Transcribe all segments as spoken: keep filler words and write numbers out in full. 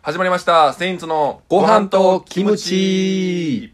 始まりました。セインツのご飯とキムチ。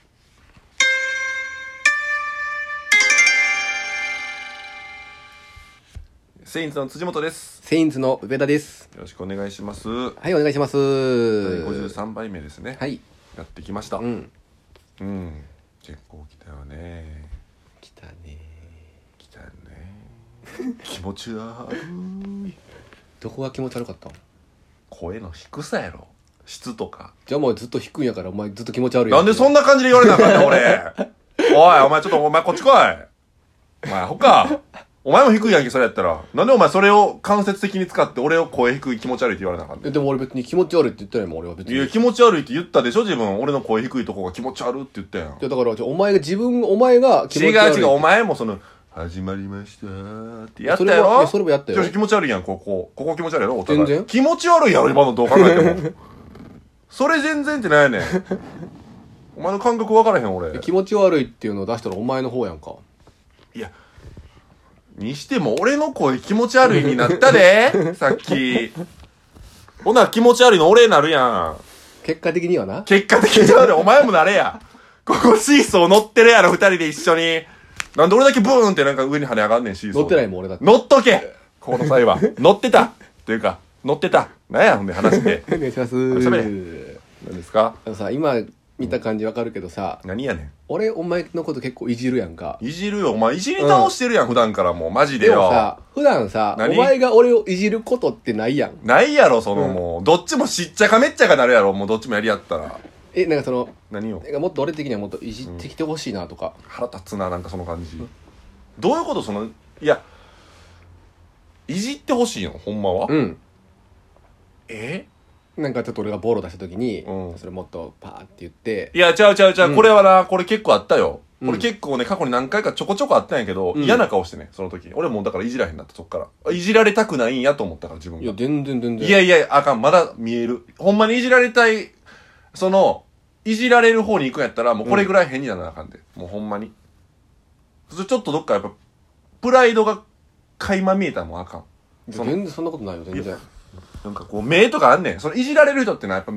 セインツの辻本です。 セインツの上田です。 よろしくお願いします。 はい、お願いします。 ごじゅうさんばいめですね。 はい。 やってきました。 うん。 うん。結構来たよね。 来たね。 来たね。気持ち悪い。 どこが気持ち悪かったん？ 声の低さやろ。質とか。 じゃあもうずっと低いんやからお前ずっと気持ち悪い。 なんでそんな感じで言われなあかんねん俺。おいお前ちょっとお前こっち来い。お前ほか。お前も低いやんけそれやったら。なんでお前それを間接的に使って俺を声低い気持ち悪いって言われなあかんねん。 でも俺別に気持ち悪いって言ってないもん俺は別に。 いや気持ち悪いって言ったでしょ自分。俺の声低いとこが気持ち悪いって言ったやん。 いやだからお前が自分お前が気持ち悪い。 違う違うお前もその始まりましたーってやったやろ。 それもそれもやったよ。 気持ち悪いやんここここ気持ち悪いやろお互い。 全然気持ち悪いやろ今のどう考えても。それ全然ってなんやねん。お前の感覚分からへん俺。 気持ち悪いっていうのを出したらお前の方やんか。 いやにしても俺の声気持ち悪いになったでさっき。ほな気持ち悪いの俺なるやん。 結果的にはな。 結果的にはねお前もなれや。ここシーソー乗ってるやろ二人で一緒に。なんで俺だけブーンってなんか上に跳ね上がんねんシーソー。 乗ってないもん俺だって。 乗っとけこの際は。乗ってたっていうか乗ってた。なんやほんで話して。 お願いします。 喋れ。何ですか。 あのさ今見た感じわかるけどさ、 何やねん。 俺お前のこと結構いじるやんか。 いじるよお前いじり倒してるやん、うん、普段からもうマジでよ。 でもさ普段さお前が俺をいじることってないやん。 ないやろその、うん、もうどっちもしっちゃかめっちゃかなるやろもうどっちもやりやったら。 えなんかその何よもっと俺的にはもっといじってきてほしいなとか、 うん、腹立つななんかその感じ、うん、どういうことそのいやいじってほしいのほんまは。 うんえなんかちょっと俺がボロ出した時に、 うん、 それもっとパーって言って。 いやちゃうちゃうちゃう、うん、これはなこれ結構あったよ、 うん、 これ結構ね過去に何回かちょこちょこあったんやけど、うん、嫌な顔してねその時俺もうだからいじらへんなってそっからいじられたくないんやと思ったから自分が。 いや全然全然いやいやあかんまだ見えるほんまにいじられたいそのいじられる方に行くんやったらもうこれぐらい変にならなあかんで、うん、もうほんまにちょっとどっかやっぱプライドが垣間見えたらもうあかん。 全然そんなことないよ全然。 なんかこう目とかあんねんそのいじられる人ってのはやっぱ、うん、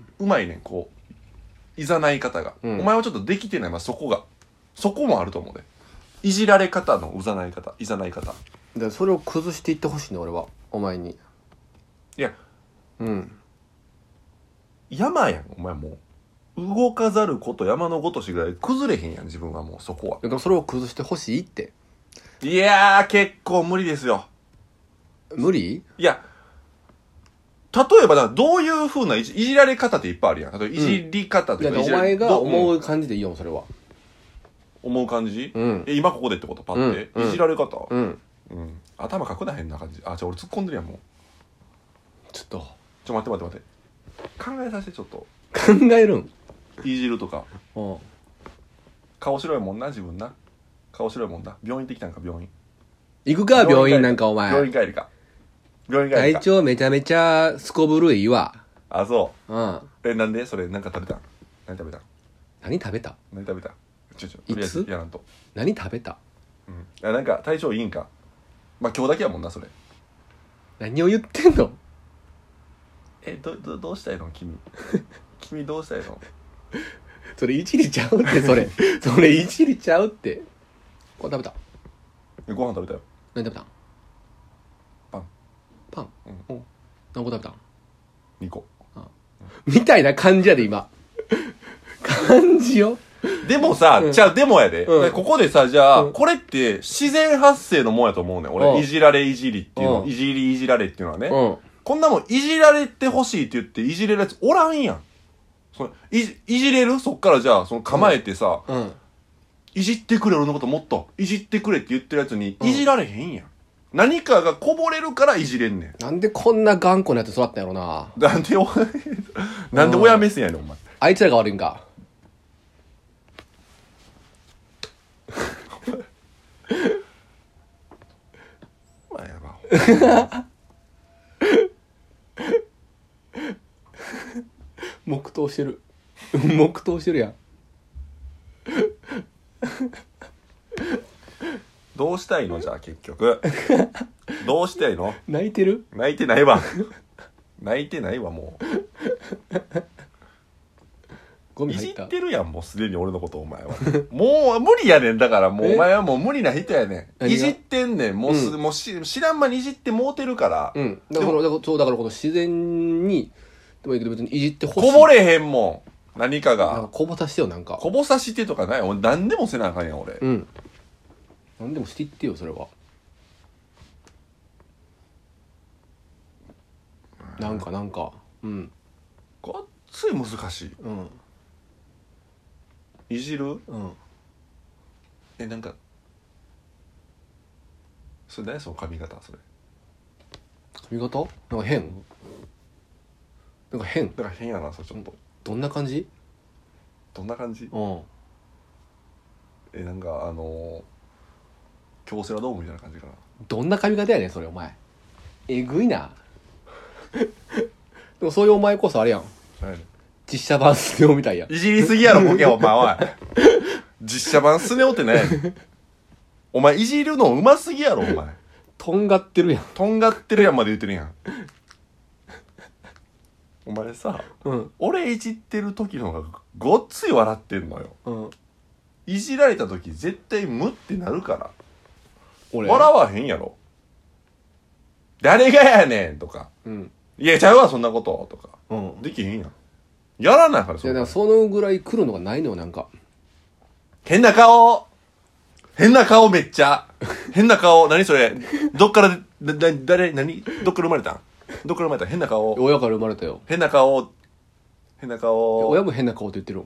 うまいねんこういざない方が、うん、お前はちょっとできてない、まあ、そこがそこもあると思うでいじられ方のうざない方いざない方でそれを崩していってほしいね俺はお前に。 いやうん山やんお前もう動かざること山のごとしぐらい崩れへんやん自分はもうそこは。 だからそれを崩してほしいって。 いやー結構無理ですよ。 無理？ いや例えばだどういう風ないじ、いじられ方っていっぱいあるやん。例えばいじり方とか、 うん、お前が思う感じでいいよそれは。 思う感じ、 うん、 え今ここでってことパッて、うん、いじられ方、 うんうん、頭かくな変な感じ。あじゃあ俺突っ込んでるやんもう。 ちょっとちょ待って待って待って考えさせてちょっと考えるんいじるとか。 うん顔白いもんな自分な顔白いもんな。病院行ってきたんか病院行くか病院なんかお前病院帰りか病院帰りか。 体調めちゃめちゃすこぶるいわ。 あそう、 うん、 えなんでそれなんか食べたん何食べたん何食べた何食べたちょちょとりあえずやらんと。 何食べたうんいやなんか体調いいんか。まあ今日だけやもんなそれ。 何を言ってんの。 えどどどうしたいの君君どうしたいのそれいじりちゃうってそれそれいじりちゃうって。ご飯食べた。 えご飯食べたよ。 何食べたん。 パンパン、 うん、 何個食べたん。 にこ、 ああみたいな感じやで今感じよ。 でもさ、うん、じゃあでもやで、うん、ここでさじゃあ、うん、これって自然発生のもんやと思うねん俺、うん、いじられいじりっていうの、うん、いじりいじられっていうのはね、うん、こんなもんいじられてほしいって言っていじれるやつおらんやん。その い, いじれるそっからじゃあその構えてさ、うん、いじってくれ俺のこともっといじってくれって言ってるやつにいじられへんやん、うん、何かがこぼれるからいじれんねん。 なんでこんな頑固なやつ育ったんやろな。 なんでおなんで親目線やねんお前。 あいつらが悪いんかお前やば黙祷してる黙祷してるやんどうしたいのじゃあ結局どうしたいの。 泣いてる。 泣いてないわ泣いてないわもうゴミ入った。 いじってるやんもうすでに俺のことお前はもう無理やねん。だからもうお前はもう無理な人やねん。いじってんねんもうす、うん、もうし知らん間にいじってもうてるから。 うんだからだからそうだからこの自然にでもいいけど別にいじってほしい。 こぼれへんもん何かが。 なんかこぼさしてよなんか。 こぼさしてとかない俺何でもせなあかんやん俺。 うん何でもしていってよそれは。なんかなんかうんごっつい難しい。 うんいじるうんえなんかそれ何その髪型それ髪型なんか変なんか変なんか変やなそれちょっと。 どんな感じどんな感じうんえなんかあのー、京セラドームみたいな感じかな。 どんな髪型やねんそれお前えぐいなでもそういうお前こそあれやん実写版スネ夫みたいやん。 いじりすぎやろボケお前おい実写版スネ夫ってねお前いじるのうますぎやろお前。 とんがってるやん。 とんがってるやんまで言ってるやんお前さ、うん、俺いじってる時の方がごっつい笑ってんのよ、うん、いじられた時絶対ムってなるから俺笑わへんやろ。誰がやねんとか、うん、いやちゃうわそんなこととか、うん、できへんやん。やらないからそいやだからそのぐらい来るのがないのよなんか変な顔変な顔めっちゃ変な顔何それどっからだだ誰何どっから生まれたんどっから生まれたん変な顔親から生まれたよ。 変な顔変な顔親も変な顔って言ってる。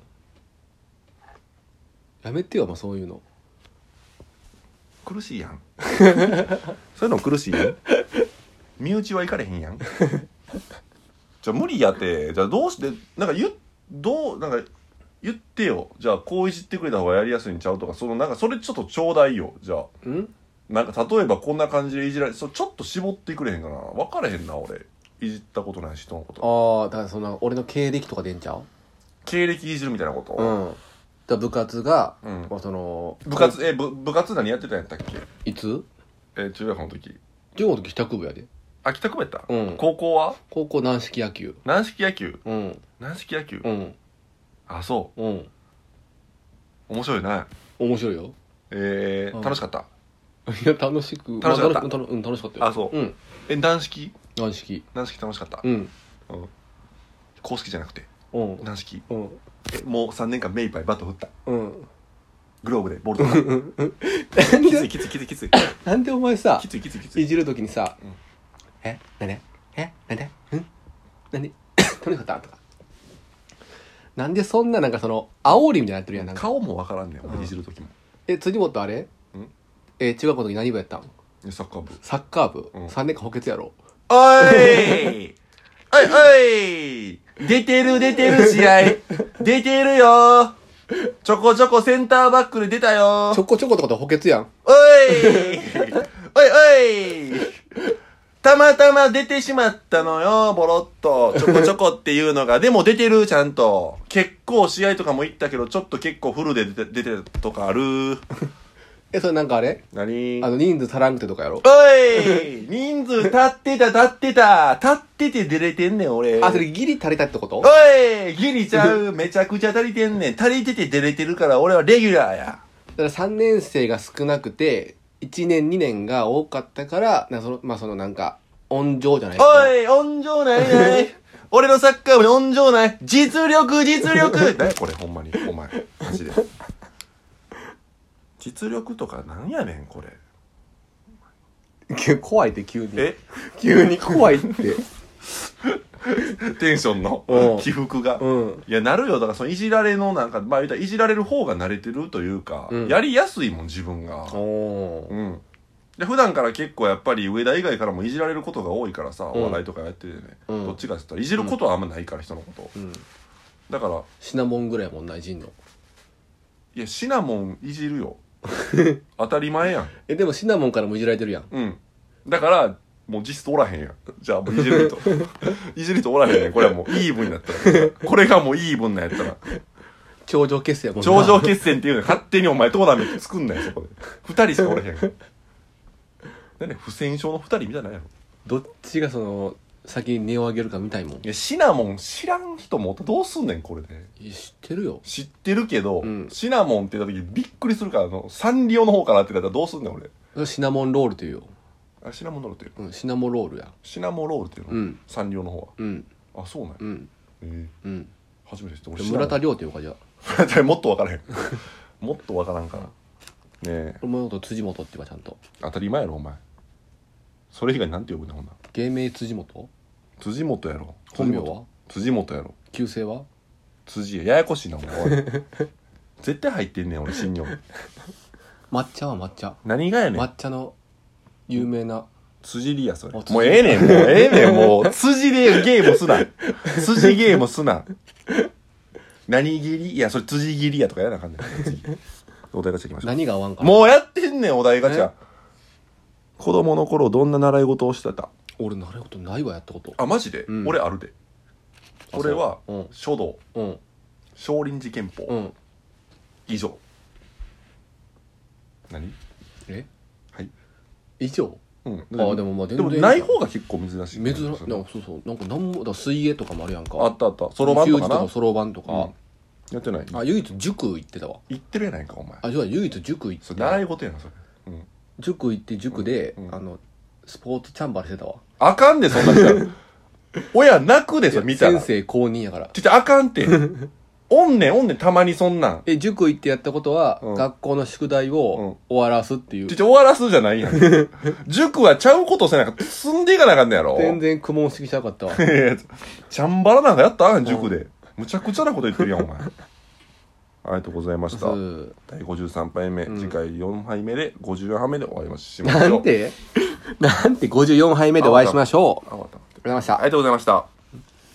やめてよまあそういうの苦しいやんそういうの苦しいやん身内はいかれへんやんじゃあ無理やってじゃあどうしてなんか言どうなんか言ってよじゃあこういじってくれた方がやりやすいんちゃうとかそのなんかそれちょっとちょうだいよじゃあんなんか例えばこんな感じでいじられそちょっと絞ってくれへんかな分かれへんな俺いじったことない人のこと。 ああだからその俺の経歴とかでんちゃう経歴いじるみたいなこと。 うんだ部活が、 うんまあ、その部活え部部活何やってたんやったっけいつえ中学の時中学の時帰宅部やで。 あ帰宅部やった、 うん、 高校は高校軟式野球。 軟式野球うん軟式野球うんあそううん面白いね。 面白いよ。 えー、 うん、 楽しかった。 いや楽しく楽しかった、 まあ、たうん楽しかったよ。 あそう、うん、え軟式軟式軟式楽しかった。 うん、うん、 公式じゃなくてうん軟式うんえもうさんねんかん目いっぱいバット振った。 うんグローブでボールとかきついきついきついきついなんでお前さきついきついきついいじるときにさ、 うん、 えなんでえなんでうんなんで楽しかったとかなんでそんななんかその煽りみたいになってるやん。なんか顔もわからんねん、うん、いじるときも。 え辻本あれんえ中学校の時何部やったん。 サッカー部。 サッカー部、うん、さんねんかん補欠やろ。 おいおいおい出てる出てる試合出てるよちょこちょこセンターバックで出たよ。 ちょこちょことかと補欠やん。 おいおいおいたまたま出てしまったのよボロッとちょこちょこっていうのがでも出てるちゃんと結構試合とかも行ったけどちょっと結構フルで出て出てるとかあるえそれなんかあれ何あの人数足らんくてとかやろ。 おい人数立ってた立ってた立ってて出れてんねん俺。 あそれギリ足りたってこと。 おいギリちゃうめちゃくちゃ足りてんねん。足りてて出れてるから俺はレギュラーや。 だからさんねん生が少なくていちねんにねんが多かったからなそのまあそのなんか温情じゃないですか。 おい温情ないない俺のサッカー部に温情ない実力実力何これほんまにお前マジで実力とかなんやねんこれ。 怖いって急にえ急に怖いってテンションの起伏が、うん、いやなるよ。だからそのいじられのなんかまあ言ったらいじられる方が慣れてるというか、うん、やりやすいもん自分が。おうん。で普段から結構やっぱり上田以外からもいじられることが多いからさ、うん、お笑いとかやっててね、うん、どっちかって言ったらいじることはあんまないから、うん、人のこと、うん、だからシナモンぐらいもんないじんの。 いやシナモンいじるよ当たり前やん。 えでもシナモンからもいじられてるやん。 うんだからもう実質おらへんやん。じゃあもういじる人いじる人おらへんねん。これはもうイーブンになったらこれがもうイーブンなんやったら頂上決戦やもんな。 頂上決戦っていうの勝手にお前トーナメント作んなよそこでふたりしかおらへん。何不戦勝のふたりみたいなやろ。 どっちがその先に値を上げるか見たいもん。いや、シナモン知らん人もどうすんねん、これで。 いや、知ってるよ。 知ってるけど、 うん、 シナモンって言った時びっくりするから、あの、サンリオの方かなって言ったらどうすんねん、俺。 シナモンロールって言うよ。 あ、シナモンロールって言ううん、シナモンロールや。 シナモンロールっていうの、うん、サンリオの方は。 うん。 あ、そうなんや。 うん。 ええー。うん。初めて知って俺村田亮って言うか、じゃあ。 もっと分からへん。もっと分からんから。ねえ。 お前のこと辻元って言うか、ちゃんと。 当たり前やろ、お前。それ以外なんて呼ぶねん、ほんなら。 芸名辻元辻元やろ。 本名は辻元やろ。 旧姓は辻や。ややこしいな、お前。絶対入ってんねん、俺、新尿。 抹茶は抹茶。 何がやねん。 抹茶の有名な。 辻りや、それ。もうええねん、もうええねん、もう。辻でゲームすな。辻ゲームすな。何切りいや、それ辻切りやとかやらなあかんねん。お題ガチャいきましょう。 何が合わんかな。 もうやってんねん、お題ガチャ。子供の頃どんな習い事をしてた？ 俺習い事ないわ、やったこと。 あ、マジで、うん、俺あるで。俺は、 うん、 書道、 うん、 少林寺拳法、うん、以上。何？ え？ はい。 以上？ うん。 あ、でもまあ全然。 でもない方が結構珍しい。 珍しい。そうそう。なんかなんもだ水泳とかもあるやんか。 あったあった。そろばんとかな。 そろばんとか。うん、 やってない？ あ、唯一塾行ってたわ。 行ってるやないかお前。 あ、じゃあ唯一塾行って。 それ習い事やなそれ。うん。 塾行って塾で、うんうん、あのスポーツチャンバルしてたわ。 あかんでそんな人。親泣くでそれ見たら。 先生公認やから。 ちょっとあかんって。おんねんおんねんたまにそんなん。 え、塾行ってやったことは、うん、学校の宿題を終わらすっていう。 ちょちょ終わらすじゃないやん。塾はちゃうことせなかった。進んでいかなあかんねやろ。 全然苦悶式ちゃうかったわ。 チャンバラなんかやったん塾で、うん。むちゃくちゃなこと言ってるやんお前。ありがとうございました。だいごじゅうさんぱいめ、うん、次回よんはいめでごじゅうよんはいめでお会いしましょう。 なんてなんてごじゅうよんはいめでお会いしましょう。ありがとうございました。 ありがとうございました。